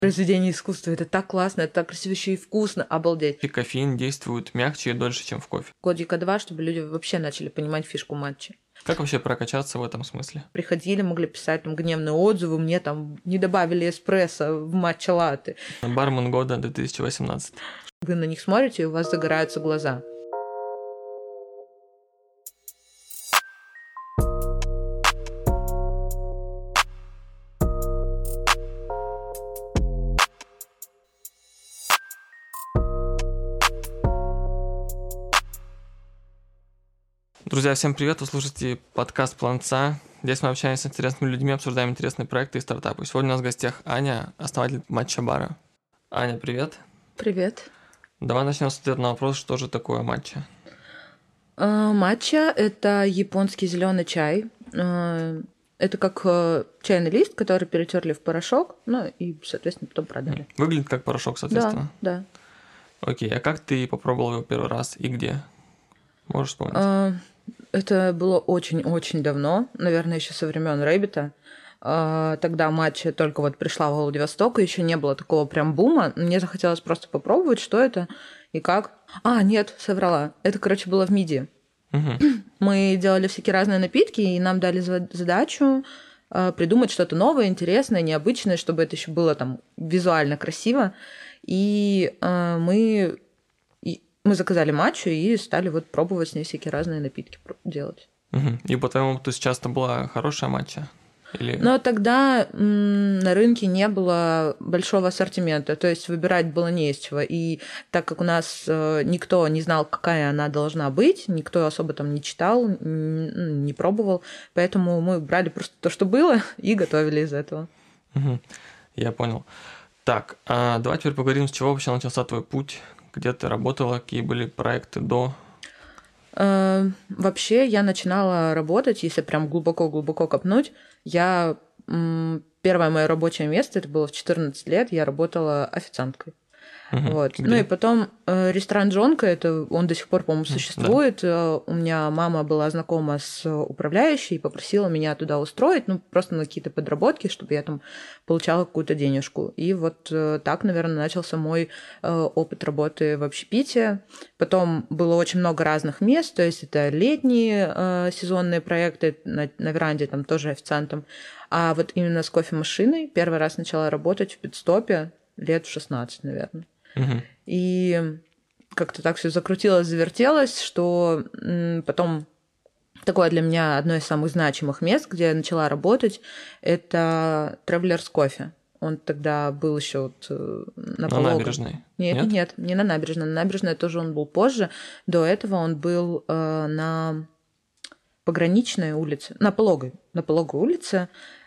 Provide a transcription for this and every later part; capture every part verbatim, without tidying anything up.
Произведение искусства, это так классно, это так красиво, еще и вкусно, обалдеть. И кофеин действует мягче и дольше, чем в кофе. Годика два, чтобы люди вообще начали понимать фишку матча. Как вообще прокачаться в этом смысле? Приходили, могли писать там гневные отзывы, мне там не добавили эспрессо в матча-латте. Бармен года две тысячи восемнадцать. Вы на них смотрите, и у вас загораются глаза. Друзья, всем привет! Вы слушаете подкаст Планца. Здесь мы общаемся с интересными людьми, обсуждаем интересные проекты и стартапы. Сегодня у нас в гостях Аня, основатель матча-бара. Аня, привет! Привет! Давай начнем с ответа на вопрос, что же такое матча? А, матча – это японский зеленый чай. А, это как чайный лист, который перетерли в порошок, ну и, соответственно, потом продали. Выглядит как порошок, соответственно? Да, да. Окей, а как ты попробовал его первый раз и где? Можешь вспомнить? А, это было очень-очень давно, наверное, еще со времен Рэббита. А, тогда матча только вот пришла в Владивосток, и еще не было такого прям бума. Мне захотелось просто попробовать, что это и как. А, нет, соврала. Это, короче, было в МИДе. Угу. Мы делали всякие разные напитки, и нам дали задачу придумать что-то новое, интересное, необычное, чтобы это еще было там визуально красиво. И мы... Мы заказали матчу и стали вот пробовать с ней всякие разные напитки делать. Угу. И по-твоему, то сейчас это была хорошая матча? Или... Но тогда м, на рынке не было большого ассортимента, то есть выбирать было не из чего. И так как у нас э, никто не знал, какая она должна быть, никто особо там не читал, н- не пробовал, поэтому мы брали просто то, что было, и готовили из этого. Угу. Я понял. Так, а давай теперь поговорим, с чего вообще начался твой путь. Где ты работала, какие были проекты до? Э, вообще, я начинала работать, если прям глубоко-глубоко копнуть. Я м, первое мое рабочее место, это было в четырнадцать лет, я работала официанткой. Угу. Вот. Где? Ну и потом э, ресторан Джонка, это он до сих пор, по-моему, существует. Да. У меня мама была знакома с управляющей и попросила меня туда устроить, ну просто на какие-то подработки, чтобы я там получала какую-то денежку. И вот э, так, наверное, начался мой э, опыт работы в общепите. Потом было очень много разных мест, то есть это летние э, сезонные проекты на, на веранде, там тоже официантом. А вот именно с кофемашиной первый раз начала работать в пит-стопе лет в шестнадцать, наверное. Угу. И как-то так все закрутилось, завертелось, что потом такое для меня одно из самых значимых мест, где я начала работать, это Travelers Coffee. Он тогда был еще вот на, на набережной? Нет, нет, нет, не на набережной. На набережной тоже он был позже. До этого он был э, на Пограничной улице, на Пологой, на Пологой улице,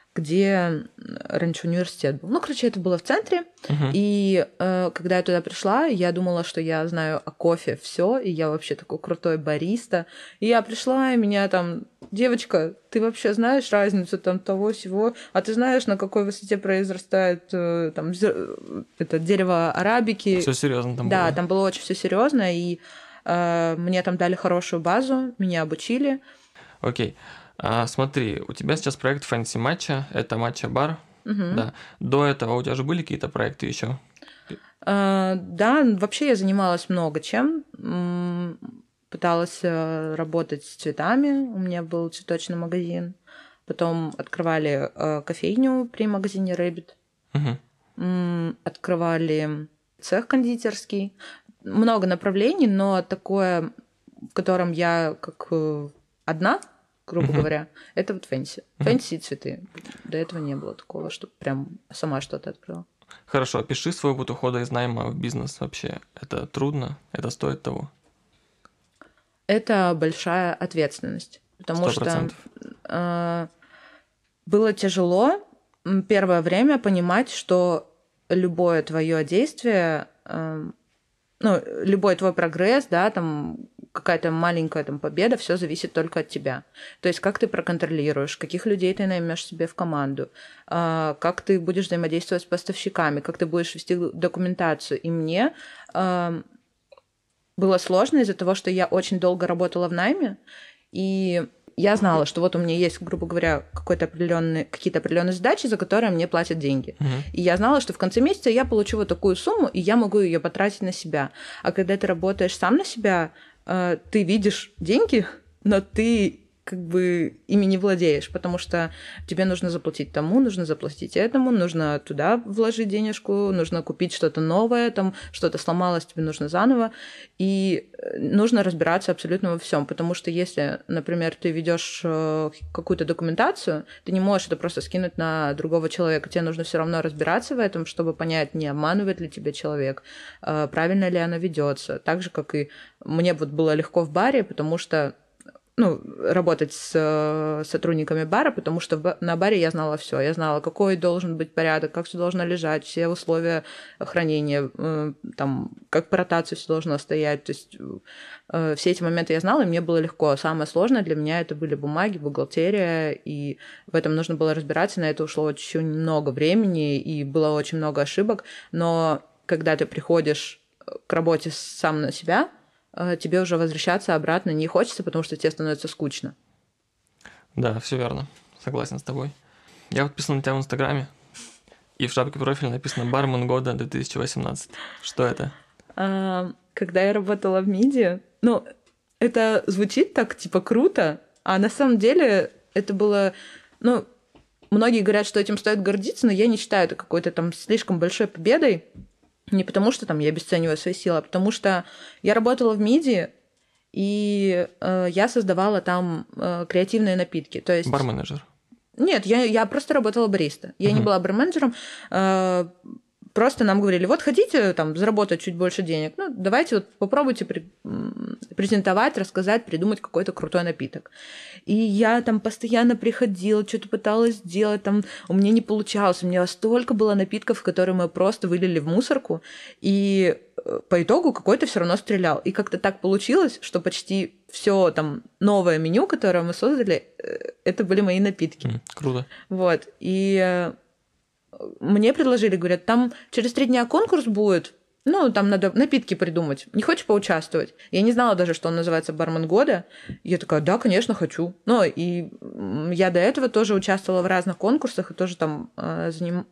где раньше университет был. Ну, короче, это было в центре. Uh-huh. И э, когда я туда пришла, я думала, что я знаю о кофе все, и я вообще такой крутой бариста. И я пришла, и меня там: девочка, ты вообще знаешь разницу там того-сего? А ты знаешь, на какой высоте произрастает э, там это дерево арабики? Все серьезно там да, было. Да, там было очень все серьезно, и э, мне там дали хорошую базу, меня обучили. Окей. Okay. А, смотри, у тебя сейчас проект Fancy Matcha, это матча-бар, угу. Да. До этого у тебя же были какие-то проекты еще? А, да, вообще я занималась много чем. Пыталась работать с цветами, у меня был цветочный магазин. Потом открывали кофейню при магазине Рэббит. Угу. Открывали цех кондитерский. Много направлений, но такое, в котором я как одна, грубо uh-huh. говоря, это вот фэнси. Uh-huh. Фэнси и цветы. До этого не было такого, чтобы прям сама что-то открыла. Хорошо, опиши свой опыт ухода из найма в бизнес вообще. Это трудно? Это стоит того? Это большая ответственность. Потому сто процентов. Что э, было тяжело первое время понимать, что любое твое действие, э, ну, любой твой прогресс, да, там какая-то маленькая там победа, все зависит только от тебя. То есть как ты проконтролируешь, каких людей ты наймешь себе в команду, как ты будешь взаимодействовать с поставщиками, как ты будешь вести документацию. И мне было сложно из-за того, что я очень долго работала в найме, и я знала, что вот у меня есть, грубо говоря, какой-то определенный, какие-то определенные задачи, за которые мне платят деньги. Угу. И я знала, что в конце месяца я получу вот такую сумму, и я могу ее потратить на себя. А когда ты работаешь сам на себя, ты видишь деньги, но ты как бы ими не владеешь, потому что тебе нужно заплатить тому, нужно заплатить этому, нужно туда вложить денежку, нужно купить что-то новое, там что-то сломалось, тебе нужно заново, и нужно разбираться абсолютно во всем, потому что если, например, ты ведешь какую-то документацию, ты не можешь это просто скинуть на другого человека, тебе нужно все равно разбираться в этом, чтобы понять, не обманывает ли тебя человек, правильно ли оно ведется, так же, как и мне вот было легко в баре, потому что ну, работать с сотрудниками бара, потому что на баре я знала все. Я знала, какой должен быть порядок, как все должно лежать, все условия хранения, там, как по ротации все должно стоять. То есть все эти моменты я знала, и мне было легко. Самое сложное для меня это были бумаги, бухгалтерия, и в этом нужно было разбираться. На это ушло очень много времени, и было очень много ошибок. Но когда ты приходишь к работе сам на себя, тебе уже возвращаться обратно не хочется, потому что тебе становится скучно. Да, все верно. Согласен с тобой. Я подписан на тебя в Инстаграме, и в шапке профиля написано «Бармен года две тысячи восемнадцать». Что это? А, когда я работала в МИДе, ну, это звучит так, типа, круто, а на самом деле это было, ну, многие говорят, что этим стоит гордиться, но я не считаю это какой-то там слишком большой победой. Не потому, что там я обесцениваю свои силы, а потому что я работала в МИДе, и э, я создавала там э, креативные напитки. То есть... Бар-менеджер? Нет, я, я просто работала бариста. Я угу. не была бар-менеджером. Э, просто нам говорили, вот хотите там заработать чуть больше денег, ну, давайте вот попробуйте при... презентовать, рассказать, придумать какой-то крутой напиток. И я там постоянно приходила, что-то пыталась сделать, там у меня не получалось, у меня столько было напитков, которые мы просто вылили в мусорку, и по итогу какой-то все равно стрелял. И как-то так получилось, что почти все там новое меню, которое мы создали, это были мои напитки. Mm, круто. Вот. И мне предложили, говорят, там через три дня конкурс будет, ну, там надо напитки придумать. Не хочешь поучаствовать? Я не знала даже, что он называется «Бармен года». Я такая, да, конечно, хочу. Ну, и я до этого тоже участвовала в разных конкурсах, и тоже там э, заним...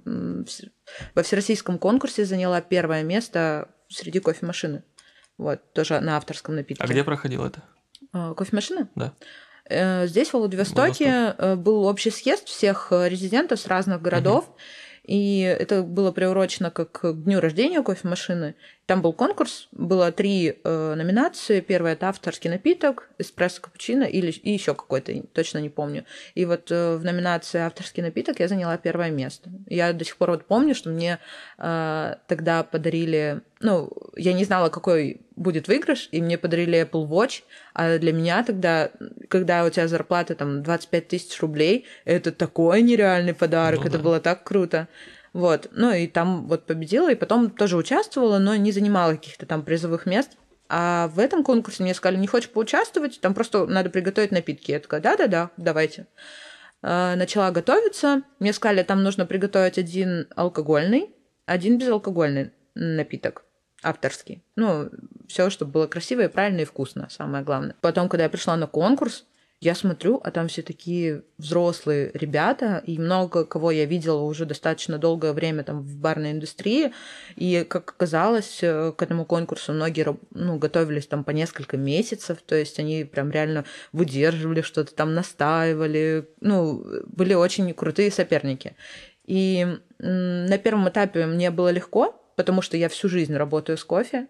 во всероссийском конкурсе заняла первое место среди кофемашины. Вот, тоже на авторском напитке. А где проходил это? Э, кофемашина? Да. Э, здесь, в Владивостоке, Владивосток. Был общий съезд всех резидентов с разных городов. Угу. И это было приурочено как к дню рождения кофемашины. Там был конкурс, было три э, номинации. Первая – это авторский напиток, эспрессо капучино или и еще какой-то, точно не помню. И вот э, в номинации авторский напиток я заняла первое место. Я до сих пор вот помню, что мне э, тогда подарили... Ну, я не знала, какой будет выигрыш, и мне подарили Apple Watch, а для меня тогда, когда у тебя зарплата там двадцать пять тысяч рублей, это такой нереальный подарок, ну, это да. было так круто. Вот, ну и там вот победила, и потом тоже участвовала, но не занимала каких-то там призовых мест. А в этом конкурсе мне сказали, не хочешь поучаствовать, там просто надо приготовить напитки. Я такая, да-да-да, давайте. Начала готовиться, мне сказали, там нужно приготовить один алкогольный, один безалкогольный напиток. Авторский. Ну, все, чтобы было красиво и правильно и вкусно, самое главное. Потом, когда я пришла на конкурс, я смотрю, а там все такие взрослые ребята, и много кого я видела уже достаточно долгое время там в барной индустрии, и, как оказалось, к этому конкурсу многие ну, готовились там по несколько месяцев, то есть они прям реально выдерживали что-то там, настаивали, ну, были очень крутые соперники. И на первом этапе мне было легко, потому что я всю жизнь работаю с кофе,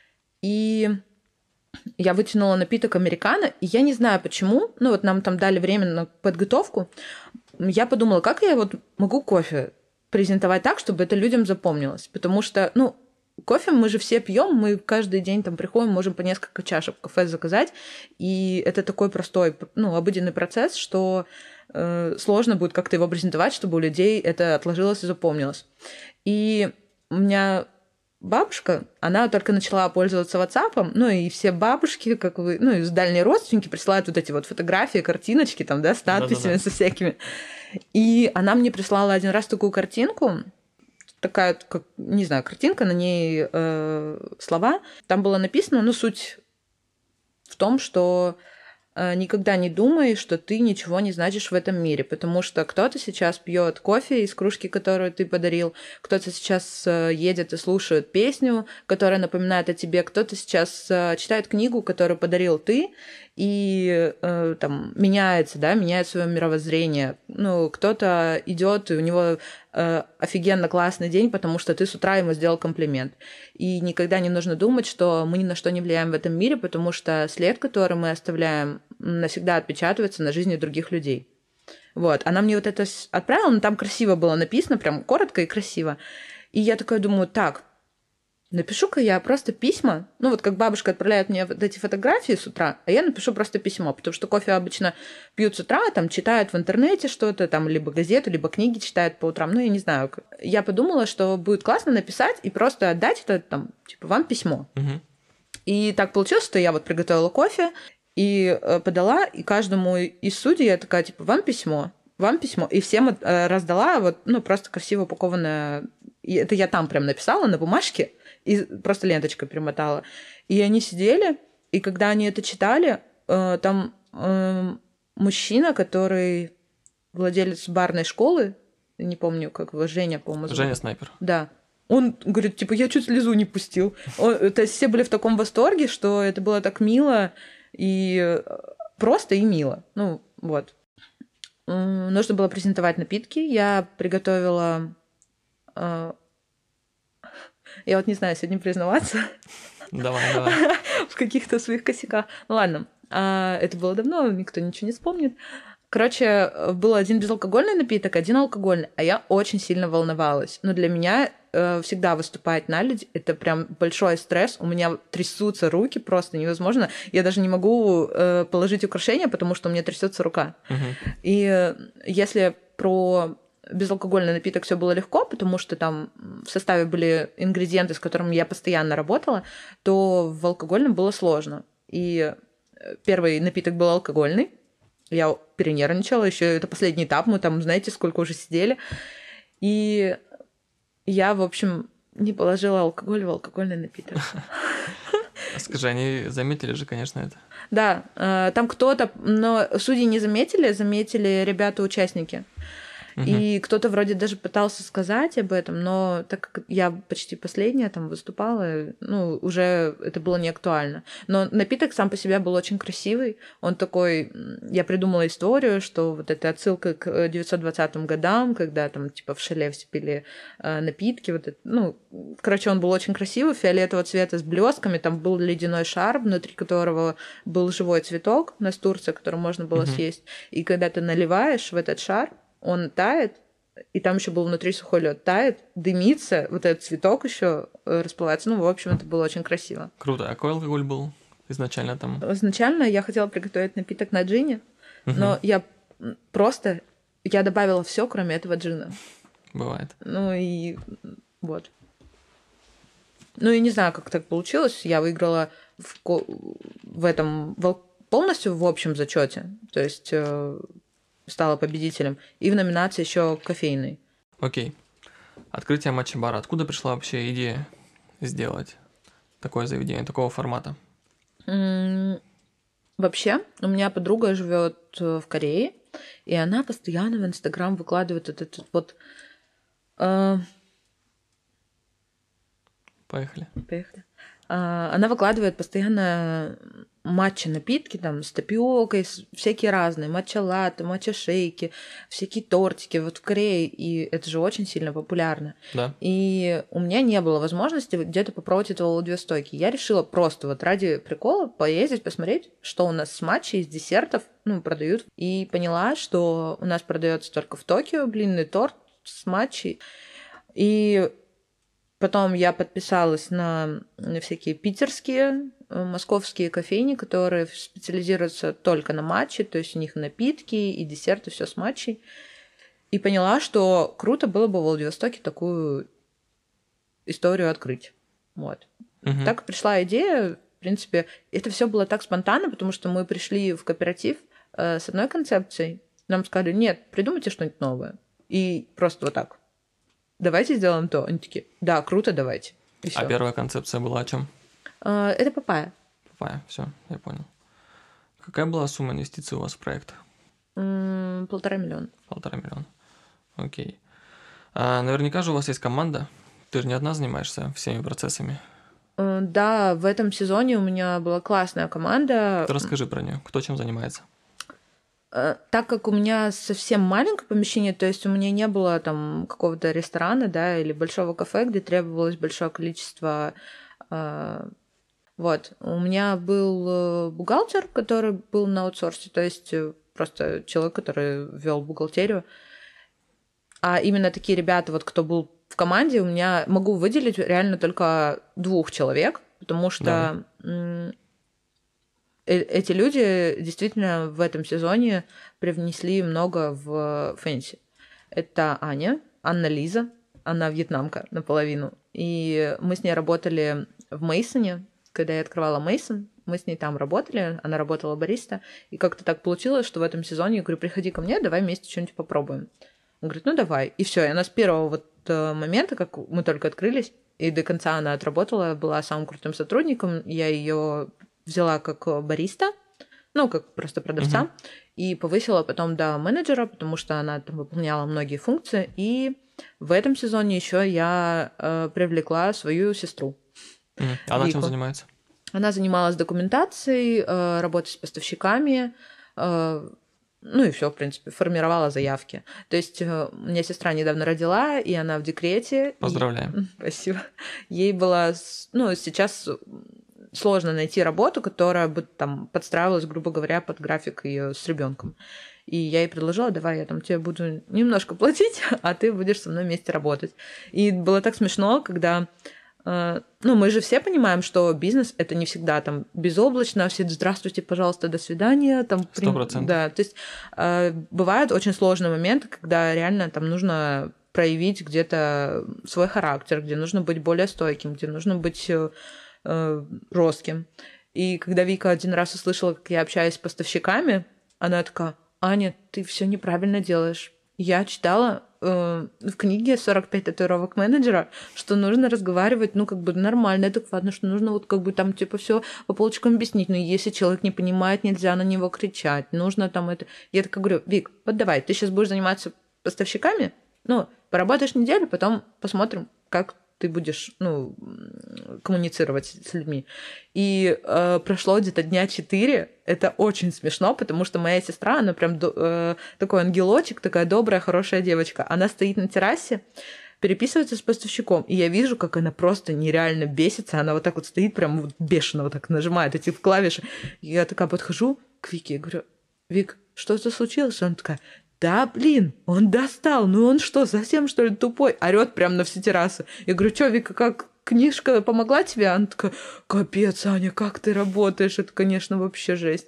и я вытянула напиток американо, и я не знаю почему, ну вот нам там дали время на подготовку, я подумала, как я вот могу кофе презентовать так, чтобы это людям запомнилось, потому что, ну, кофе мы же все пьем, мы каждый день там приходим, можем по несколько чашек в кафе заказать, и это такой простой, ну, обыденный процесс, что э, сложно будет как-то его презентовать, чтобы у людей это отложилось и запомнилось. И у меня бабушка, она только начала пользоваться WhatsApp, ну и все бабушки, как вы, ну и дальние родственники присылают вот эти вот фотографии, картиночки там, да, с надписями, Да-да-да. со всякими. И она мне прислала один раз такую картинку, такая, как, не знаю, картинка, на ней э, слова. Там было написано, ну, суть в том, что никогда не думай, что ты ничего не значишь в этом мире, потому что кто-то сейчас пьет кофе из кружки, которую ты подарил, кто-то сейчас едет и слушает песню, которая напоминает о тебе, кто-то сейчас читает книгу, которую подарил ты, и э, там меняется, да, меняет свое мировоззрение. Ну, кто-то идет, и у него э, офигенно классный день, потому что ты с утра ему сделал комплимент. И никогда не нужно думать, что мы ни на что не влияем в этом мире, потому что след, который мы оставляем, навсегда отпечатывается на жизни других людей. Вот. Она мне вот это отправила, но там красиво было написано, прям коротко и красиво. И я такая думаю, так, напишу-ка я просто письма. Ну, вот как бабушка отправляет мне вот эти фотографии с утра, а я напишу просто письмо, потому что кофе обычно пьют с утра, там читают в интернете что-то, там либо газету, либо книги читают по утрам, ну, я не знаю. Я подумала, что будет классно написать и просто отдать это, там, типа, вам письмо. Угу. И так получилось, что я вот приготовила кофе и подала, и каждому из судей я такая, типа, вам письмо, вам письмо. И всем раздала вот, ну, просто красиво упакованное. И это я там прям написала на бумажке, и просто ленточкой примотала. И они сидели, и когда они это читали, э, там э, мужчина, который владелец барной школы, не помню, как его, Женя, по-моему, Женя Снайпер. Да. Он говорит, типа, я чуть слезу не пустил. Он, то есть все были в таком восторге, что это было так мило, и просто и мило. Ну, вот. Нужно было презентовать напитки. Я приготовила... Э, Я вот не знаю, сегодня признаваться. Давай, давай. В каких-то своих косяках. Ну ладно, это было давно, никто ничего не вспомнит. Короче, был один безалкогольный напиток, один алкогольный, а я очень сильно волновалась. Но для меня всегда выступать на люди — это прям большой стресс. У меня трясутся руки, просто невозможно. Я даже не могу положить украшения, потому что у меня трясется рука. Угу. И если про... безалкогольный напиток все было легко, потому что там в составе были ингредиенты, с которыми я постоянно работала, то в алкогольном было сложно. И первый напиток был алкогольный. Я перенервничала, еще это последний этап, мы там, знаете, сколько уже сидели. И я, в общем, не положила алкоголь в алкогольный напиток. Скажи, они заметили же, конечно, это. Да, там кто-то, но судьи не заметили, заметили ребята-участники. И кто-то вроде даже пытался сказать об этом, но так как я почти последняя там выступала, ну, уже это было не актуально. Но напиток сам по себе был очень красивый. Он такой... Я придумала историю, что вот это отсылка к девятьсот двадцатым годам, когда там типа в шале все пили э, напитки. Вот это, ну, короче, он был очень красивый, фиолетового цвета с блесками. Там был ледяной шар, внутри которого был живой цветок настурция, который можно было mm-hmm. съесть. И когда ты наливаешь в этот шар, он тает, и там еще был внутри сухой лед, тает, дымится, вот этот цветок еще расплывается. Ну, в общем, это было очень красиво. Круто. А какой алкоголь был изначально там? Изначально я хотела приготовить напиток на джине, угу. но я просто... Я добавила все, кроме этого джина. Бывает. Ну и вот. Ну и не знаю, как так получилось. Я выиграла в, в этом полностью в общем зачете. То есть... стала победителем. И в номинации еще кофейный. Окей. Открытие матча-бара. Откуда пришла вообще идея сделать такое заведение, такого формата? Mm, вообще, у меня подруга живет в Корее, и она постоянно в Инстаграм выкладывает этот вот... Э... Поехали. Поехали. Э, она выкладывает постоянно матча-напитки, там, с тапиокой, всякие разные, матча-латте, матча-шейки, всякие тортики, вот в Корее, и это же очень сильно популярно. Да. И у меня не было возможности где-то попробовать это в Владивостоке. Я решила просто вот ради прикола поездить, посмотреть, что у нас с матчей, из десертов, ну, продают. И поняла, что у нас продается только в Токио блинный торт с матчей. И потом я подписалась на всякие питерские, московские кофейни, которые специализируются только на матче, то есть у них напитки и десерты, все с матчей. И поняла, что круто было бы в Владивостоке такую историю открыть. Вот. Угу. Так пришла идея. В принципе, это все было так спонтанно, потому что мы пришли в кооператив э, с одной концепцией. Нам сказали, нет, придумайте что-нибудь новое. И просто вот так. Давайте сделаем то. Они такие, да, круто, давайте. И а первая концепция была о чем? Это папайя. Папайя, все, я понял. Какая была сумма инвестиций у вас в проект? М, Полтора миллиона. Полтора миллиона. Окей. А наверняка же у вас есть команда. Ты же не одна занимаешься всеми процессами. Э, Да, в этом сезоне у меня была классная команда. Ты расскажи про нее. Кто чем занимается? Э, Так как у меня совсем маленькое помещение, то есть у меня не было там какого-то ресторана, да, или большого кафе, где требовалось большое количество. э, Вот. У меня был э, бухгалтер, который был на аутсорсе, то есть э, просто человек, который вел бухгалтерию. А именно такие ребята, вот кто был в команде, у меня могу выделить реально только двух человек, потому что м, э- эти люди действительно в этом сезоне привнесли много в фэнси. Это Аня, Анна-Лиза, она вьетнамка наполовину. И мы с ней работали в Мейсоне, когда я открывала Мейсон, мы с ней там работали, она работала бариста, и как-то так получилось, что в этом сезоне я говорю, приходи ко мне, давай вместе что-нибудь попробуем. Он говорит, ну давай. И все, и она с первого вот э, момента, как мы только открылись, и до конца она отработала, была самым крутым сотрудником, я ее взяла как бариста, ну, как просто продавца, Мгм. и повысила потом до менеджера, потому что она там выполняла многие функции. И в этом сезоне еще я э, привлекла свою сестру. М. Она чем Вику. занимается? Она занималась документацией, э, работой с поставщиками, э, ну и все, в принципе, формировала заявки. То есть э, у меня сестра недавно родила, и она в декрете. и- Поздравляем. Спасибо. Ей было, с- ну, сейчас сложно найти работу, которая бы там подстраивалась, грубо говоря, под график ее с ребенком. И я ей предложила, давай я там тебе буду немножко платить, а ты будешь со мной вместе работать. И было так смешно, когда э, ну, мы же все понимаем, что бизнес это не всегда там безоблачно, все здравствуйте, пожалуйста, до свидания. Там, Сто процентов. Да, то есть э, бывают очень сложные моменты, когда реально там нужно проявить где-то свой характер, где нужно быть более стойким, где нужно быть э, э, жестким. И когда Вика один раз услышала, как я общаюсь с поставщиками, она такая, Аня, ты все неправильно делаешь. Я читала э, в книге «сорок пять татуировок менеджера», что нужно разговаривать, ну, как бы нормально, адекватно, что нужно вот как бы там типа все по полочкам объяснить. Но если человек не понимает, нельзя на него кричать. Нужно там это... Я так говорю, Вик, вот давай, ты сейчас будешь заниматься поставщиками, ну, поработаешь неделю, потом посмотрим, как ты будешь, ну, коммуницировать с людьми. И э, прошло где-то дня четыре. Это очень смешно, потому что моя сестра, она прям до, э, такой ангелочек, такая добрая, хорошая девочка. Она стоит на террасе, переписывается с поставщиком, и я вижу, как она просто нереально бесится. Она вот так вот стоит, прям вот бешено вот так нажимает эти клавиши. И я такая подхожу к Вике и говорю, Вик, что это случилось? Она такая, да, блин, он достал, ну он что, совсем что ли тупой? Орёт прям на всю террасу. Я говорю, что, Вика, как книжка помогла тебе? Она такая, капец, Аня, как ты работаешь? Это, конечно, вообще жесть.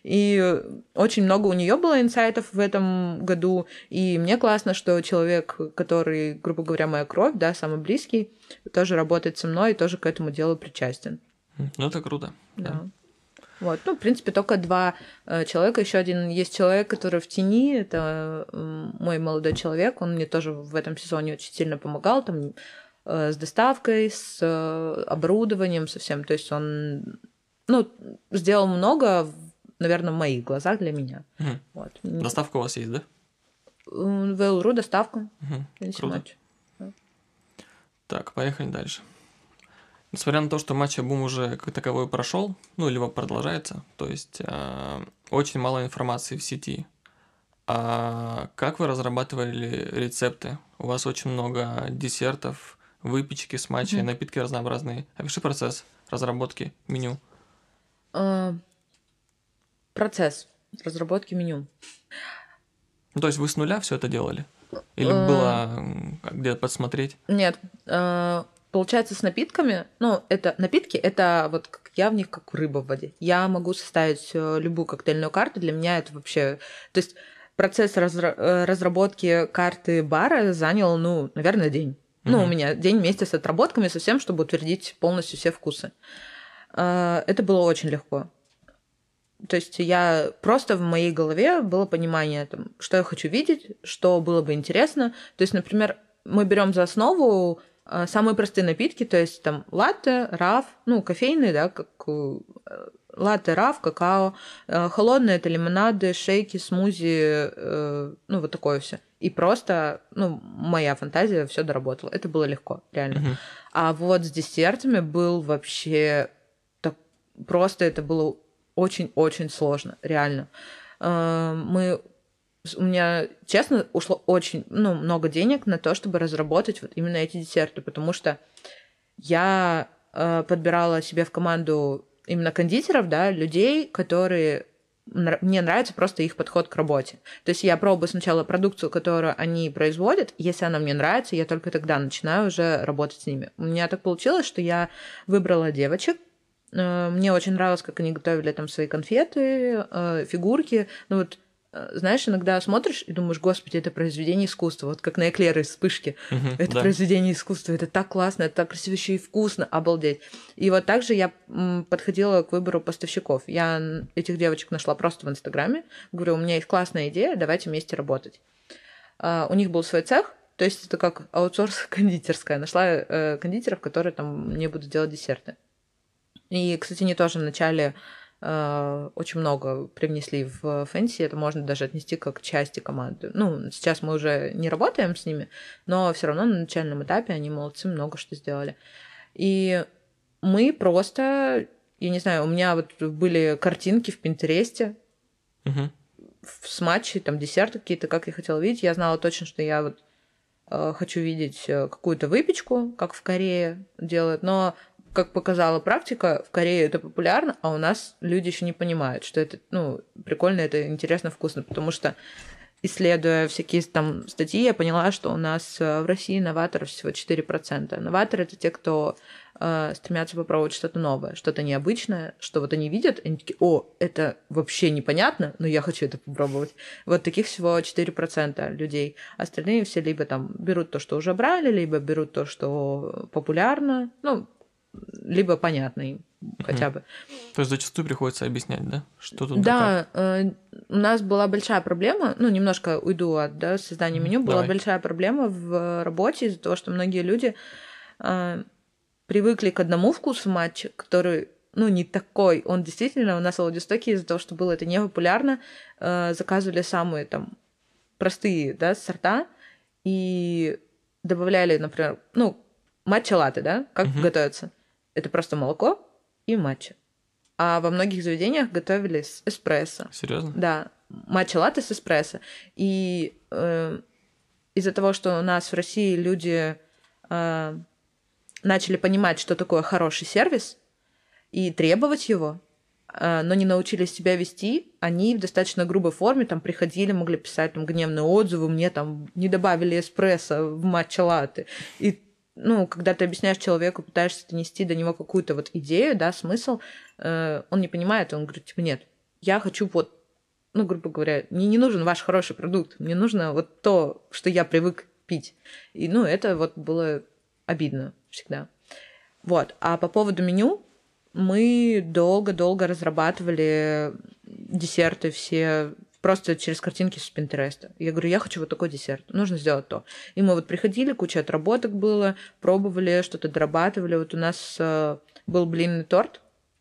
И очень много у нее было инсайтов в этом году, и мне классно, что человек, который, грубо говоря, моя кровь, да, самый близкий, тоже работает со мной и тоже к этому делу причастен. Ну, это круто. Да. Да. Вот. Ну, в принципе, только два э, человека. Еще один есть человек, который в тени. Это э, мой молодой человек. Он мне тоже в этом сезоне очень сильно помогал там, э, с доставкой, с э, оборудованием, со всем. То есть он ну, сделал много, наверное, в моих глазах для меня. Мгм. Вот. Доставка у вас есть, да? В эл.ру доставка. Мгм. Круто. Матч. Так, поехали дальше. Несмотря на то, что матч Бум уже как таковой прошел, ну, либо продолжается, то есть э, очень мало информации в сети. А как вы разрабатывали рецепты? У вас очень много десертов, выпечки с матчей, Мгм. напитки разнообразные. Опиши процесс разработки меню. Э, Процесс разработки меню. Ну, то есть вы с нуля все это делали? Или Э, было м, где-то подсмотреть? Нет, э, получается с напитками, ну, это напитки, это вот как я в них как рыба в воде. Я могу составить э, любую коктейльную карту, для меня это вообще... То есть процесс разра- э, разработки карты бара занял, ну, наверное, день. Ну, у Мгм. меня день вместе с отработками, со всем, чтобы утвердить полностью все вкусы. Э, Это было очень легко. То есть я просто в моей голове было понимание, там, что я хочу видеть, что было бы интересно. То есть, например, мы берем за основу э, самые простые напитки, то есть там латте, раф, ну, кофейные, да, как э, латте, раф, какао. Холодные — это лимонады, шейки, смузи, ну, вот такое все. И просто, ну, моя фантазия все доработала. Это было легко, реально. Мгм. А вот с десертами был вообще... так- Просто это было очень-очень сложно, реально. Э, Мы... У меня, честно, ушло очень, ну, много денег на то, чтобы разработать вот именно эти десерты, потому что я э, подбирала себе в команду именно кондитеров, да, людей, которые... нра- Мне нравится просто их подход к работе. То есть я пробую сначала продукцию, которую они производят. Если она мне нравится, я только тогда начинаю уже работать с ними. У меня так получилось, что я выбрала девочек. Э, Мне очень нравилось, как они готовили там свои конфеты, э, фигурки. Ну вот, э, знаешь, иногда смотришь и думаешь, господи, это произведение искусства. Вот как на эклеры из вспышки. Мгм, Это да. произведение искусства, это так классно, это так красиво, еще и вкусно, обалдеть. И вот также я м, подходила к выбору поставщиков. Я н- этих девочек нашла просто в Инстаграме. Говорю, у меня есть классная идея, давайте вместе работать. А, у них был свой цех, то есть это как аутсорс кондитерская. Нашла э, кондитеров, которые там мне будут делать десерты. И, кстати, они тоже вначале э, очень много привнесли в Фэнси, это можно даже отнести как к части команды. Ну, сейчас мы уже не работаем с ними, но все равно на начальном этапе они молодцы, много что сделали. И мы просто, я не знаю, у меня вот были картинки в Пинтересте Мгм. в- с матчей, там десерты какие-то, как я хотела видеть. Я знала точно, что я вот э, хочу видеть э, какую-то выпечку, как в Корее делают, но как показала практика, в Корее это популярно, а у нас люди еще не понимают, что это, ну, прикольно, это интересно, вкусно, потому что, исследуя всякие там статьи, я поняла, что у нас э, в России новаторов всего четыре процента. Новаторы — это те, кто э, стремятся попробовать что-то новое, что-то необычное, что вот они видят, и они такие, о, это вообще непонятно, но я хочу это попробовать. Вот таких всего четыре процента людей. Остальные все либо там берут то, что уже брали, либо берут то, что популярно, ну, либо понятно им хотя бы. То есть зачастую приходится объяснять, да? Что тут да как? Да, э, у нас была большая проблема, ну, немножко уйду от да, создания Мгм. меню, была Давай. большая проблема в работе из-за того, что многие люди э, привыкли к одному вкусу матча, который, ну, не такой. Он действительно у нас в Владивостоке из-за того, что было это не популярно, э, заказывали самые там простые, да, сорта и добавляли, например, ну, матча-латте, да, как Мгм. готовится? Это просто молоко и матча. А во многих заведениях готовили с эспрессо. Серьезно? Да, матча-латте с эспрессо. И э, из-за того, что у нас в России люди э, начали понимать, что такое хороший сервис, и требовать его, э, но не научились себя вести, они в достаточно грубой форме там приходили, могли писать там гневные отзывы, мне там не добавили эспрессо в матча-латте. И ну, когда ты объясняешь человеку, пытаешься донести до него какую-то вот идею, да, смысл, э, он не понимает, он говорит, типа, нет, я хочу вот, ну, грубо говоря, мне не нужен ваш хороший продукт, мне нужно вот то, что я привык пить. И, ну, это вот было обидно всегда. Вот. А по поводу меню, мы долго-долго разрабатывали десерты все просто через картинки с Пинтереста. Я говорю, я хочу вот такой десерт, нужно сделать то. И мы вот приходили, куча отработок было, пробовали, что-то дорабатывали. Вот у нас э, был блинный торт.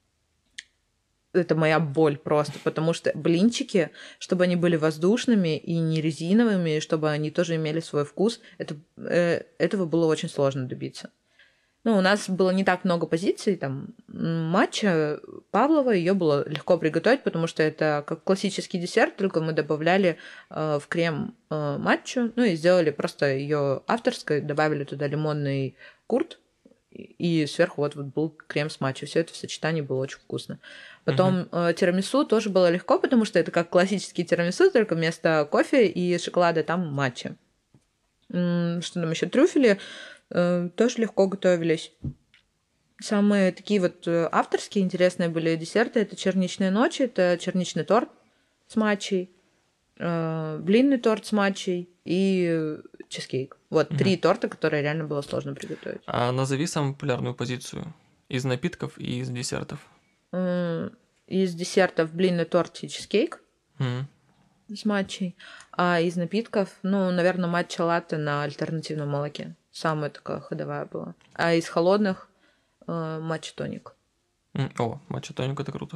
Это моя боль просто, потому что блинчики, чтобы они были воздушными и не резиновыми, чтобы они тоже имели свой вкус, это, э, этого было очень сложно добиться. Ну, у нас было не так много позиций, там, матча Павлова, ее было легко приготовить, потому что это как классический десерт, только мы добавляли э, в крем э, матчу, ну и сделали просто ее авторской, добавили туда лимонный курт, и сверху вот, вот был крем с матча. Все это в сочетании было очень вкусно. Потом Мгм. э, тирамису тоже было легко, потому что это как классический тирамису, только вместо кофе и шоколада там матча. М, Что там еще? Трюфели э, тоже легко готовились. Самые такие вот э, авторские интересные были десерты. Это черничные ночи, это черничный торт с матчей, э, блинный торт с матчей и э, чизкейк. Вот Мгм. три торта, которые реально было сложно приготовить. А назови самую популярную позицию из напитков и из десертов. М, Из десертов блинный торт и чизкейк Мгм. с матчей. А из напитков, ну, наверное, матча-латте на альтернативном молоке. Самая такая ходовая была. А из холодных э, матча-тоник. М, О, матча тоник, это круто.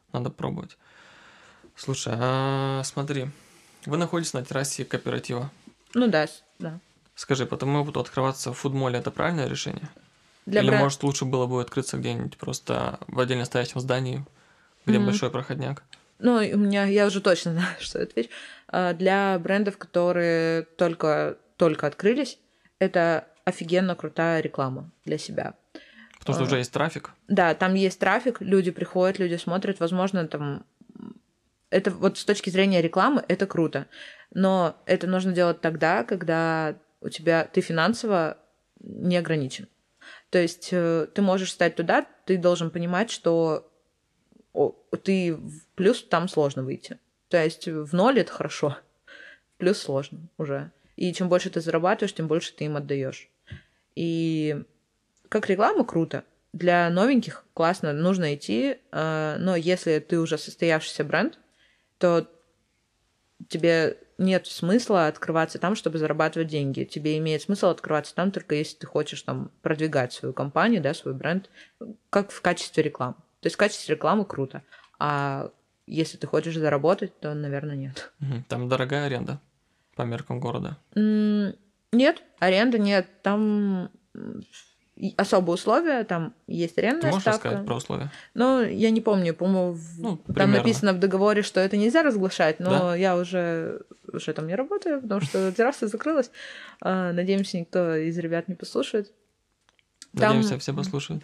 Надо пробовать. Слушай, а смотри, вы находитесь на террасе кооператива. Ну да, да. Скажи, по твоему опыту открываться в фудмоле – это правильное решение? Для Или, бра- может, лучше было бы открыться где-нибудь просто в отдельно стоящем здании, где Мгм. большой проходняк? Ну, и у меня, я уже точно знаю, что ответить. А, Для брендов, которые только, только открылись, это офигенно крутая реклама для себя. Потому что А, уже есть трафик. Да, там есть трафик, люди приходят, люди смотрят, возможно, там... Это вот с точки зрения рекламы это круто, но это нужно делать тогда, когда у тебя ты финансово не ограничен. То есть э, ты можешь стать туда, ты должен понимать, что о, ты в плюс там сложно выйти. То есть в ноль это хорошо, в плюс сложно уже. И чем больше ты зарабатываешь, тем больше ты им отдаешь. И как реклама круто. Для новеньких классно, нужно идти, э, но если ты уже состоявшийся бренд, то тебе нет смысла открываться там, чтобы зарабатывать деньги. Тебе имеет смысл открываться там только если ты хочешь там продвигать свою компанию, да, свой бренд, как в качестве рекламы. То есть в качестве рекламы круто. А если ты хочешь заработать, то, наверное, нет. Мгм. Там дорогая аренда по меркам города. М, Нет, аренда нет. Там м, и особые условия, там есть Ты арендная можешь рассказать ставка. про условия? Но я не помню, по-моему, в- Ну, там примерно. написано в договоре, что это нельзя разглашать, но Да? я уже, уже там не работаю, потому что терраса закрылась. А, Надеемся, никто из ребят не послушает. Надеемся, Там, все послушают.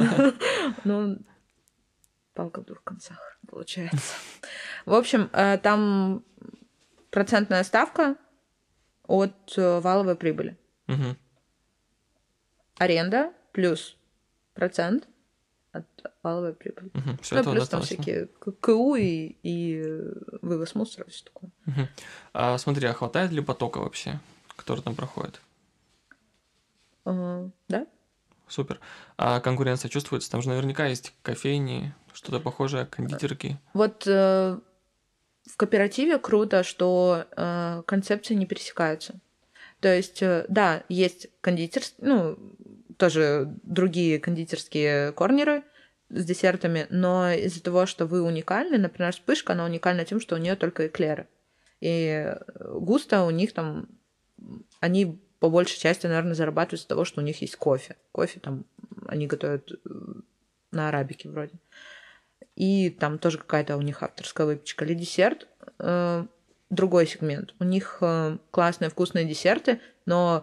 ну, палка в двух концах, получается. В общем, э, там процентная ставка от э, валовой прибыли. Мгм. Аренда плюс процент от валовой прибыли. Мгм. Всё Ну, этого плюс там достаточно. всякие к- КУ и, и э, вывоз мусора, все такое. Мгм. А смотри, а хватает ли потока вообще, который там проходит? А, Да? Супер. А конкуренция чувствуется? Там же наверняка есть кофейни, что-то похожее, кондитерки. Вот э, в кооперативе круто, что э, концепции не пересекаются. То есть, э, да, есть кондитерские, ну, тоже другие кондитерские корнеры с десертами, но из-за того, что вы уникальны, например, вспышка, она уникальна тем, что у нее только эклеры. И густо у них там, они по большей части, наверное, зарабатывают с того, что у них есть кофе. Кофе там они готовят э, на арабике вроде. И там тоже какая-то у них авторская выпечка. Или десерт э, другой сегмент. У них э, классные вкусные десерты, но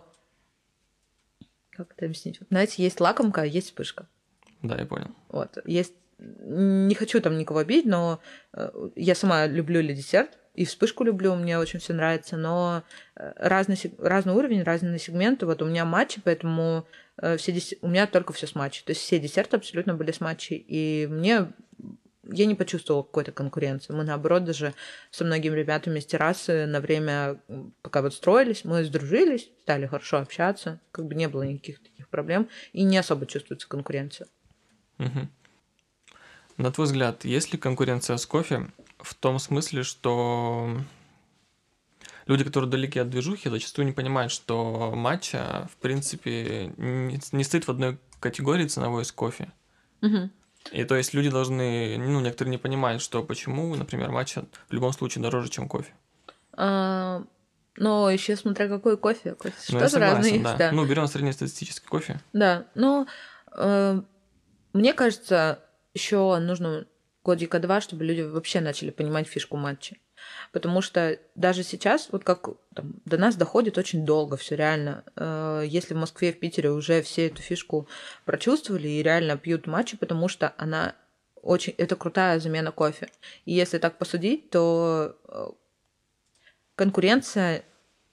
как это объяснить? Вот, знаете, есть лакомка, а есть вспышка. Да, я понял. Вот. Есть... Не хочу там никого обидеть, но э, я сама люблю ли десерт, и вспышку люблю, мне очень все нравится, но э, разный, сег- разный уровень, разные сегменты. Вот у меня матчи, поэтому э, все дес... у меня только все с матчей. То есть все десерты абсолютно были с матчей. И мне я не почувствовала какой-то конкуренции. Мы, наоборот, даже со многими ребятами с террасы на время, м, пока вот строились, мы сдружились, стали хорошо общаться, как бы не было никаких таких проблем, и не особо чувствуется конкуренция. Мгм. На твой взгляд, есть ли конкуренция с кофе в том смысле, что люди, которые далеки от движухи, зачастую не понимают, что матча, в принципе, не, не стоит в одной категории ценовой с кофе. Мгм. И то есть люди должны, ну, некоторые не понимают, что почему, например, матча в любом случае дороже, чем кофе. А, но еще смотря какой кофе. Кофе Ну, я тоже разный согласен, есть, да. да. Ну, берем среднестатистический кофе. Да, но э, мне кажется, еще нужно годика два, чтобы люди вообще начали понимать фишку матча. Потому что даже сейчас, вот как там, до нас доходит очень долго все реально. Э, Если в Москве, в Питере уже все эту фишку прочувствовали и реально пьют матчу, потому что она очень... Это крутая замена кофе. И если так посудить, то э, конкуренция...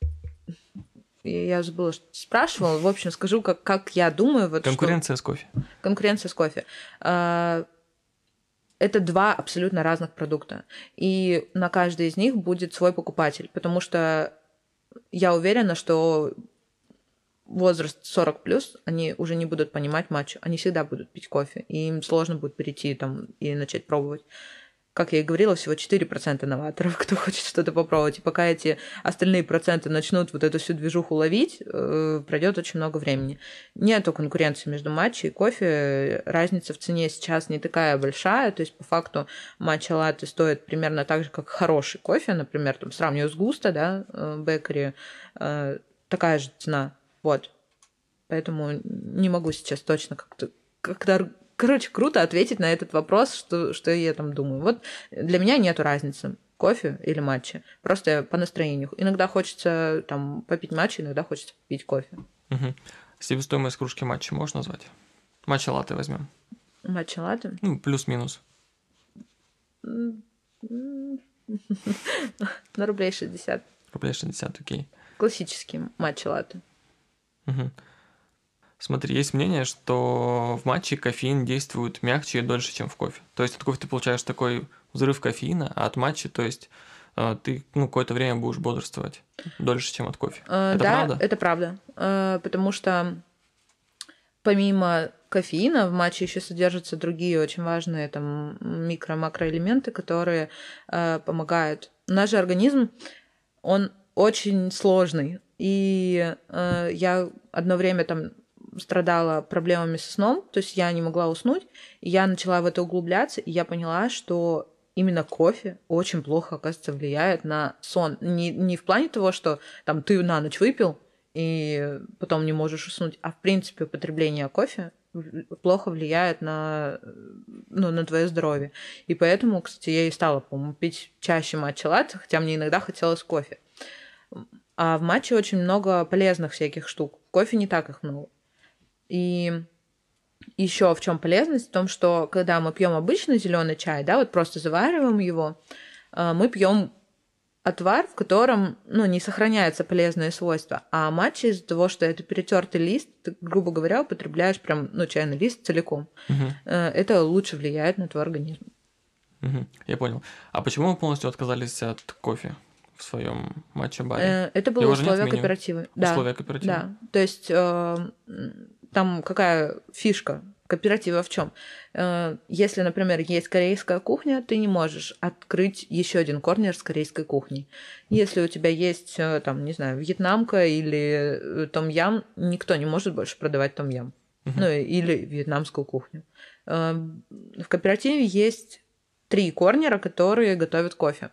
Я забыла, что ты спрашивала. В общем, скажу, как, как я думаю. Вот, что- Конкуренция с кофе. Конкуренция с кофе. А, Это два абсолютно разных продукта. И на каждый из них будет свой покупатель. Потому что я уверена, что возраст сорок плюс, они уже не будут понимать матчу. Они всегда будут пить кофе. И им сложно будет перейти там и начать пробовать. как я и говорила, всего четыре процента новаторов, кто хочет что-то попробовать. И пока эти остальные проценты начнут вот эту всю движуху ловить, пройдет очень много времени. Нету конкуренции между матчей и кофе. Разница в цене сейчас не такая большая. То есть, по факту, матча латте стоит примерно так же, как хороший кофе. Например, там, сравниваю с густо, да, бейкери, такая же цена. Вот. Поэтому не могу сейчас точно как-то... как-то Короче, круто ответить на этот вопрос, что, что я там думаю. Вот для меня нету разницы, кофе или матча. Просто по настроению. Иногда хочется там попить матча, иногда хочется попить кофе. Угу. Себестоимость кружки матча можешь назвать? Матча латте возьмем. Матча латте? Ну, плюс-минус. На рублей шестьдесят. Рублей шестьдесят, окей. Классический матча латте. Угу. Смотри, есть мнение, что в матче кофеин действует мягче и дольше, чем в кофе. То есть от кофе ты получаешь такой взрыв кофеина, а от матча, то есть ты ну, какое-то время будешь бодрствовать дольше, чем от кофе. А, это да, правда? Это правда. А, потому что помимо кофеина в матче еще содержатся другие очень важные там микро-макроэлементы, которые а, помогают. Наш же организм, он очень сложный. И а, я одно время там страдала проблемами со сном, то есть я не могла уснуть, и я начала в это углубляться, и я поняла, что именно кофе очень плохо, оказывается, влияет на сон. Не, не в плане того, что там ты на ночь выпил, и потом не можешь уснуть, а в принципе употребление кофе плохо влияет на, ну, на твое здоровье. И поэтому, кстати, я и стала, по-моему, пить чаще матча латте, хотя мне иногда хотелось кофе. А в матче очень много полезных всяких штук. В кофе не так их много. И еще в чем полезность? В том, что когда мы пьем обычный зеленый чай, да, вот просто завариваем его, мы пьем отвар, в котором ну, не сохраняются полезные свойства. А матча из-за того, что это перетертый лист, ты, грубо говоря, употребляешь прям ну, чайный лист целиком. Угу. Это лучше влияет на твой организм. Угу. Я понял. А почему вы полностью отказались от кофе в своем матча-баре? Это было Его условие кооператива. Условия да, кооператива. Да. То есть там какая фишка кооператива в чем? Если, например, есть корейская кухня, ты не можешь открыть еще один корнер с корейской кухней. Если у тебя есть, там, не знаю, вьетнамка или том-ям, никто не может больше продавать том-ям. Uh-huh. Ну, или вьетнамскую кухню. В кооперативе есть три корнера, которые готовят кофе.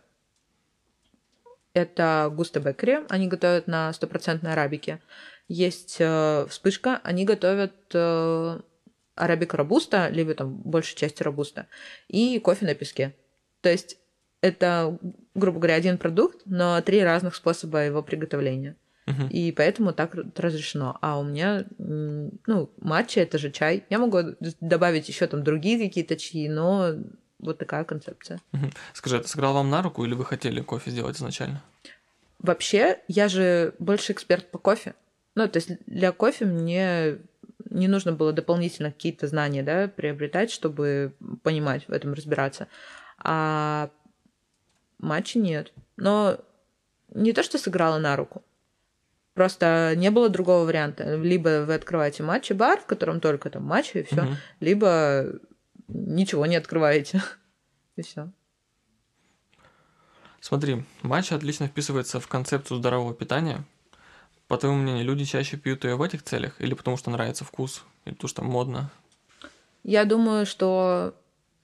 Это Густо Бейкери, они готовят на стопроцентной арабике. Есть э, вспышка, они готовят э, арабика робуста, либо там большей части робуста, и кофе на песке. То есть это, грубо говоря, один продукт, но три разных способа его приготовления. Uh-huh. И поэтому так разрешено. А у меня, ну, матча — это же чай. Я могу добавить еще там другие какие-то чаи, но вот такая концепция. Uh-huh. Скажи, это сыграло вам на руку или вы хотели кофе сделать изначально? Вообще, я же больше эксперт по кофе. Ну, то есть для кофе мне не нужно было дополнительно какие-то знания, да, приобретать, чтобы понимать, в этом разбираться. А матча нет. Но не то, что сыграло на руку. Просто не было другого варианта. Либо вы открываете матча-бар, в котором только там матча, и все, угу. Либо ничего не открываете. И все. Смотри, матча отлично вписывается в концепцию здорового питания. По твоему мнению, люди чаще пьют ее в этих целях или потому что нравится вкус, или потому что модно? Я думаю, что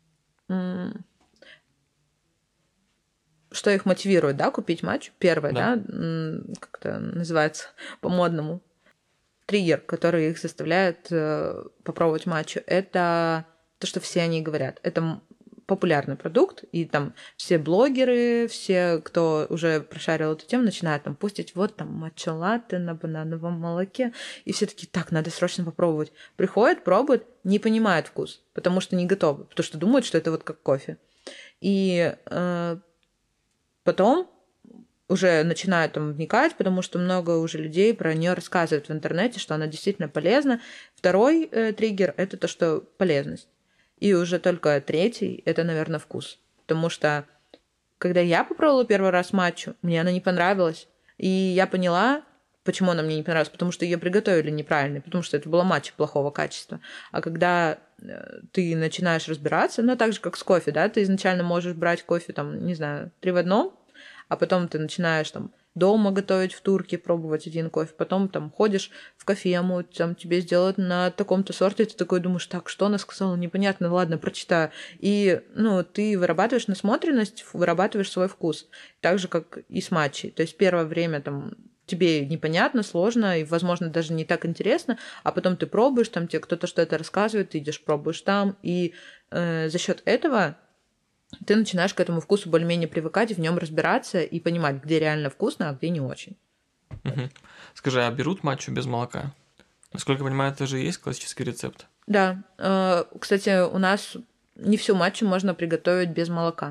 что их мотивирует, да, купить матч. Первое, да, да как это называется по-модному. Триггер, который их заставляет попробовать матчу, это то, что все они говорят. Это популярный продукт, и там все блогеры, все, кто уже прошарил эту тему, начинают там пустить вот там матча латте на банановом молоке, и все такие, так, надо срочно попробовать. Приходят, пробуют, не понимают вкус, потому что не готовы, потому что думают, что это вот как кофе. И э, потом уже начинают там вникать, потому что много уже людей про нее рассказывают в интернете, что она действительно полезна. Второй э, триггер – это то, что полезность. И уже только третий – это, наверное, вкус. Потому что, когда я попробовала первый раз матчу, мне она не понравилась. И я поняла Почему она мне не понравилась? Потому что ее приготовили неправильно, потому что это было матча плохого качества. А когда ты начинаешь разбираться, ну, так же, как с кофе, да, ты изначально можешь брать кофе, там, не знаю, три в одном, а потом ты начинаешь там дома готовить в турке, пробовать один кофе, потом там ходишь в кофему, там тебе сделают на таком-то сорте, ты такой думаешь, так, что она сказала, непонятно, ладно, прочитаю. И, ну, ты вырабатываешь насмотренность, вырабатываешь свой вкус, так же, как и с матчей. То есть первое время там тебе непонятно, сложно и, возможно, даже не так интересно, а потом ты пробуешь, там тебе кто-то что-то рассказывает, ты идешь, пробуешь там, и э, за счет этого ты начинаешь к этому вкусу более-менее привыкать, в нем разбираться и понимать, где реально вкусно, а где не очень. Угу. Скажи, а берут матчу без молока? Насколько я понимаю, это же и есть классический рецепт. Да. Э, кстати, у нас не всю матчу можно приготовить без молока.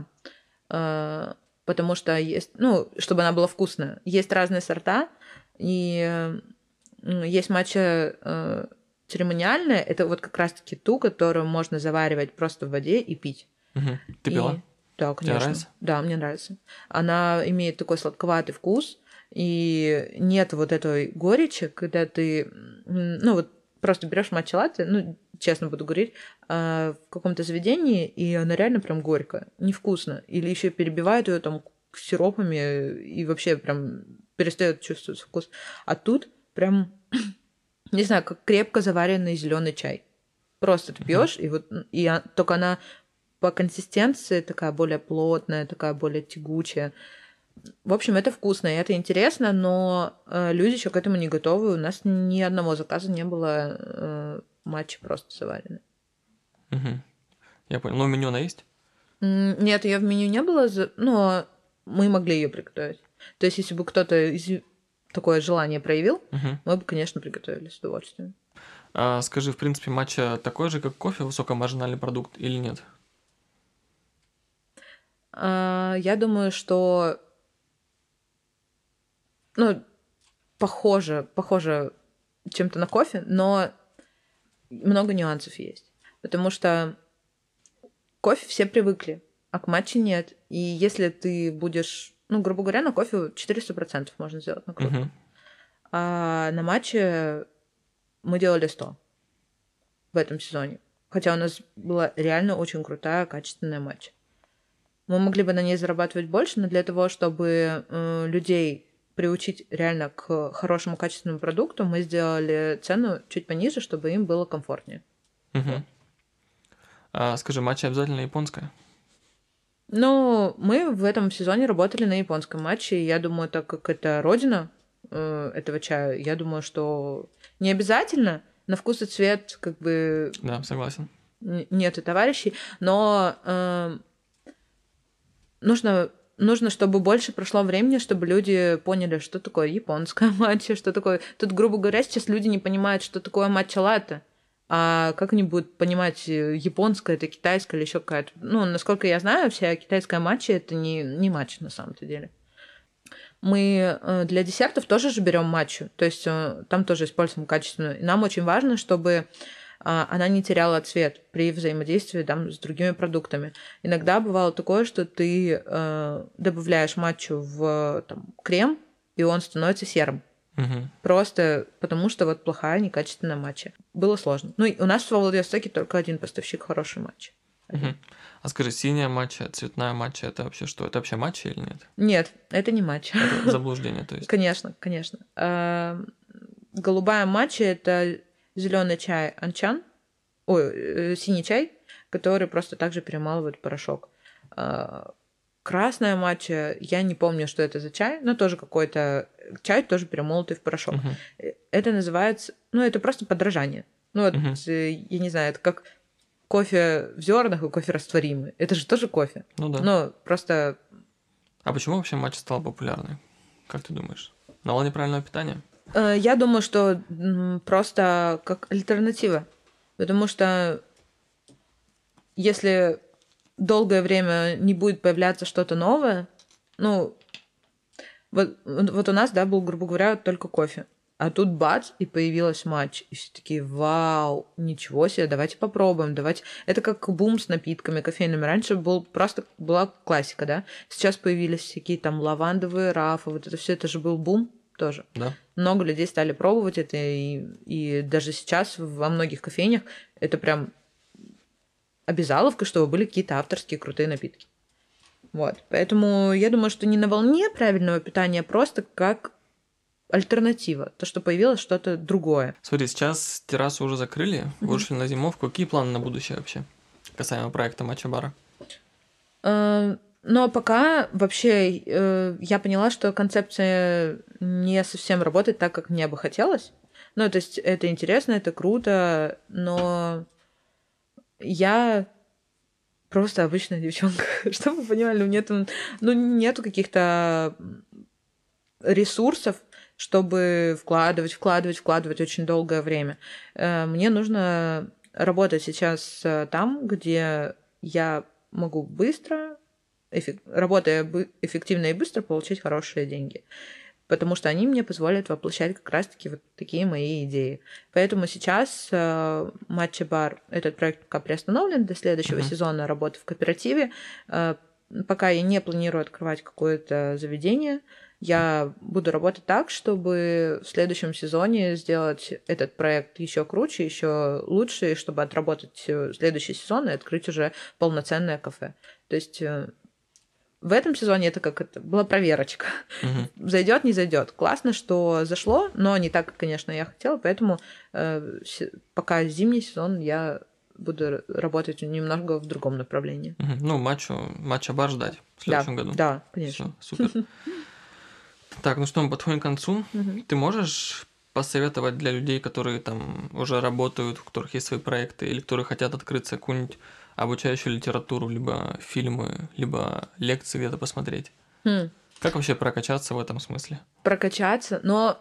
Э, потому что есть, ну, чтобы она была вкусная. Есть разные сорта, и есть матча э, церемониальная, это вот как раз-таки ту, которую можно заваривать просто в воде и пить. Угу. Ты и... пила? Да, конечно. Тебе нравится? Да, мне нравится. Она имеет такой сладковатый вкус, и нет вот этой горечи, когда ты, ну, вот просто берешь матча латте, ну, честно буду говорить, в каком-то заведении, и она реально прям горькая, невкусно. Или еще перебивают ее там сиропами, и вообще прям перестает чувствоваться вкус. А тут прям, не знаю, как крепко заваренный зеленый чай. Просто ты пьешь, и вот и только она по консистенции такая более плотная, такая более тягучая. В общем, это вкусно, и это интересно, но э, люди еще к этому не готовы. У нас ни одного заказа не было э, матча просто заваренной. Угу. Я понял. Но в меню она есть? Нет, ее в меню не было, но мы могли ее приготовить. То есть, если бы кто-то из... такое желание проявил, угу. мы бы, конечно, приготовили с удовольствием. А, скажи, в принципе, матча такой же, как кофе, высокомаржинальный продукт или нет? А, я думаю, что ну, похоже, похоже чем-то на кофе, но много нюансов есть. Потому что к кофе все привыкли, а к матче нет. И если ты будешь, ну, грубо говоря, на кофе четыреста процентов можно сделать накрутку. Uh-huh. А на матче мы делали сто в этом сезоне. Хотя у нас была реально очень крутая, качественная матча. Мы могли бы на ней зарабатывать больше, но для того, чтобы э, людей приучить реально к хорошему качественному продукту, мы сделали цену чуть пониже, чтобы им было комфортнее. Угу. А, скажи, матча обязательно японская? Ну, мы в этом сезоне работали на японском матче, и я думаю, так как это родина э, этого чая, я думаю, что не обязательно, на вкус и цвет как бы... Да, согласен. Нету товарищей, но э, нужно... Нужно, чтобы больше прошло времени, чтобы люди поняли, что такое японская матча, что такое... Тут, грубо говоря, сейчас люди не понимают, что такое матча латте. А как они будут понимать, японская это китайская или еще какая-то... Ну, насколько я знаю, вся китайская матча это не, не матча на самом-то деле. Мы для десертов тоже же берем матчу, то есть там тоже используем качественную. И нам очень важно, чтобы она не теряла цвет при взаимодействии там, с другими продуктами. Иногда бывало такое, что ты э, добавляешь матчу в там, крем, и он становится серым. Угу. Просто потому, что вот плохая, некачественная матча. Было сложно. Ну, у нас в Владивостоке только один поставщик хорошей матчи. Угу. А скажи, синяя матча, цветная матча, это вообще что? Это вообще матча или нет? Нет, это не матча. Это заблуждение, то есть? Конечно, конечно. А, голубая матча – это зеленый чай анчан, ой, э, синий чай, который просто также перемалывают в порошок. А, красная матча, я не помню, что это за чай, но тоже какой-то чай, тоже перемолотый в порошок. Uh-huh. Это называется, ну, это просто подражание. Ну, вот, uh-huh. я не знаю, это как кофе в зернах и кофе растворимый. Это же тоже кофе. Ну да. Но просто... А почему вообще матча стала популярной? Как ты думаешь? На волне правильного питания? Я думаю, что просто как альтернатива. Потому что если долгое время не будет появляться что-то новое, ну, вот, вот у нас, да, был, грубо говоря, только кофе. А тут бац, и появилась матч. И все такие, вау, ничего себе, давайте попробуем, давайте. Это как бум с напитками кофейными. Раньше был просто была классика, да. Сейчас появились всякие там лавандовые рафы, вот это все, это же был бум. тоже. Да. Много людей стали пробовать это, и, и даже сейчас во многих кофейнях это прям обязаловка, чтобы были какие-то авторские крутые напитки. Вот. Поэтому я думаю, что не на волне правильного питания, а просто как альтернатива. То, что появилось что-то другое. Смотри, сейчас террасу уже закрыли, Мгм. вышли на зимовку. Какие планы на будущее вообще, касаемо проекта матча-бара? Э, Но пока вообще э, я поняла, что концепция не совсем работает так, как мне бы хотелось. Ну, то есть это интересно, это круто, но я просто обычная девчонка. Чтобы вы понимали, у меня там, ну, нету каких-то ресурсов, чтобы вкладывать, вкладывать, вкладывать очень долгое время. Э, Мне нужно работать сейчас э, там, где я могу быстро, эффек- работая бы- эффективно и быстро, получить хорошие деньги. Потому что они мне позволят воплощать как раз-таки вот такие мои идеи. Поэтому сейчас э, матча-бар, этот проект пока приостановлен до следующего Мгм. сезона работы в кооперативе. Э, Пока я не планирую открывать какое-то заведение, я буду работать так, чтобы в следующем сезоне сделать этот проект еще круче, еще лучше, и чтобы отработать э, следующий сезон и открыть уже полноценное кафе. То есть э, в этом сезоне это как это была проверочка. Мгм. Зайдет, не зайдет. Классно, что зашло, но не так, как, конечно, я хотела, поэтому э, се- пока зимний сезон я буду р- работать немного в другом направлении. Мгм. Ну, матчу, матча-бар ждать в Да, следующем году. да, конечно. Все, супер. Так, ну что, мы подходим к концу. Мгм. Ты можешь посоветовать для людей, которые там уже работают, у которых есть свои проекты, или которые хотят открыться, какую-нибудь обучающую литературу, либо фильмы, либо лекции где-то посмотреть? Хм. Как вообще прокачаться в этом смысле? Прокачаться, но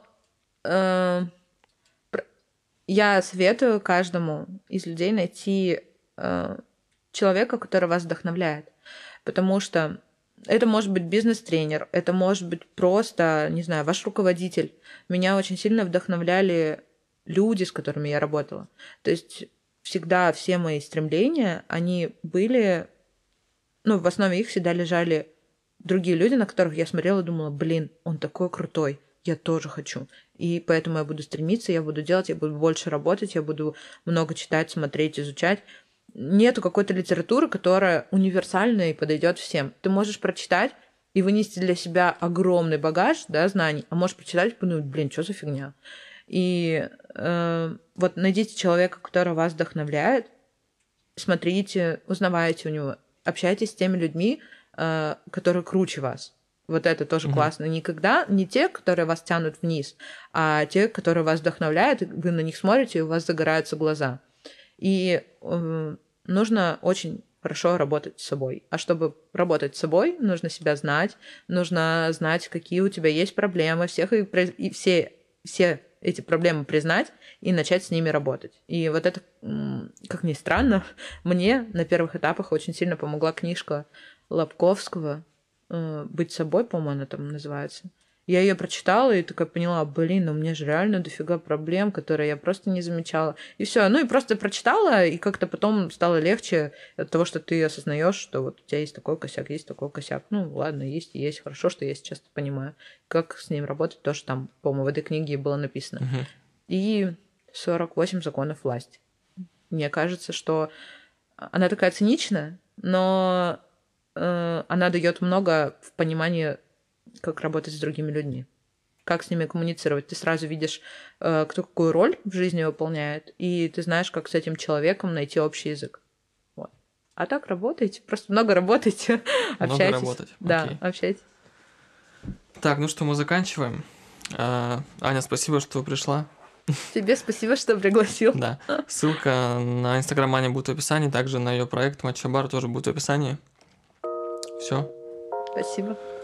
э, пр- я советую каждому из людей найти э, человека, который вас вдохновляет, потому что это может быть бизнес-тренер, это может быть просто, не знаю, ваш руководитель. Меня очень сильно вдохновляли люди, с которыми я работала. То есть всегда все мои стремления, они были, ну, в основе их всегда лежали другие люди, на которых я смотрела и думала, блин, он такой крутой, я тоже хочу. И поэтому я буду стремиться, я буду делать, я буду больше работать, я буду много читать, смотреть, изучать. Нету какой-то литературы, которая универсальна и подойдет всем. Ты можешь прочитать и вынести для себя огромный багаж, да, знаний, а можешь прочитать и подумать, блин, что за фигня. И э, вот найдите человека, который вас вдохновляет, смотрите, узнавайте у него, общайтесь с теми людьми, э, которые круче вас. Вот это тоже Мгм. классно. Никогда не те, которые вас тянут вниз, а те, которые вас вдохновляют, и вы на них смотрите, и у вас загораются глаза. И э, нужно очень хорошо работать с собой. А чтобы работать с собой, нужно себя знать, нужно знать, какие у тебя есть проблемы, всех и, про- и все, все эти проблемы признать и начать с ними работать. И вот это, м, как ни странно, мне на первых этапах очень сильно помогла книжка Лобковского э, «Быть собой», по-моему, она там называется. Я ее прочитала и такая поняла, блин, у меня же реально дофига проблем, которые я просто не замечала. И все, ну и просто прочитала, и как-то потом стало легче от того, что ты осознаешь, что вот у тебя есть такой косяк, есть такой косяк. Ну, ладно, есть и есть. Хорошо, что я сейчас это понимаю. Как с ним работать, тоже там, по-моему, в этой книге было написано. Мгм. И сорок восемь законов власти. Мне кажется, что она такая циничная, но э, она дает много в понимании, как работать с другими людьми, как с ними коммуницировать. Ты сразу видишь, э, кто какую роль в жизни выполняет, и ты знаешь, как с этим человеком найти общий язык. Вот. А так работайте, просто много работайте, Много общайтесь. работать, Да, окей. общайтесь. Так, ну что, мы заканчиваем. А, Аня, спасибо, что пришла. Тебе спасибо, что пригласил. Да. Ссылка на инстаграм Ани будет в описании, также на ее проект Матча-бар тоже будет в описании. Все. Спасибо.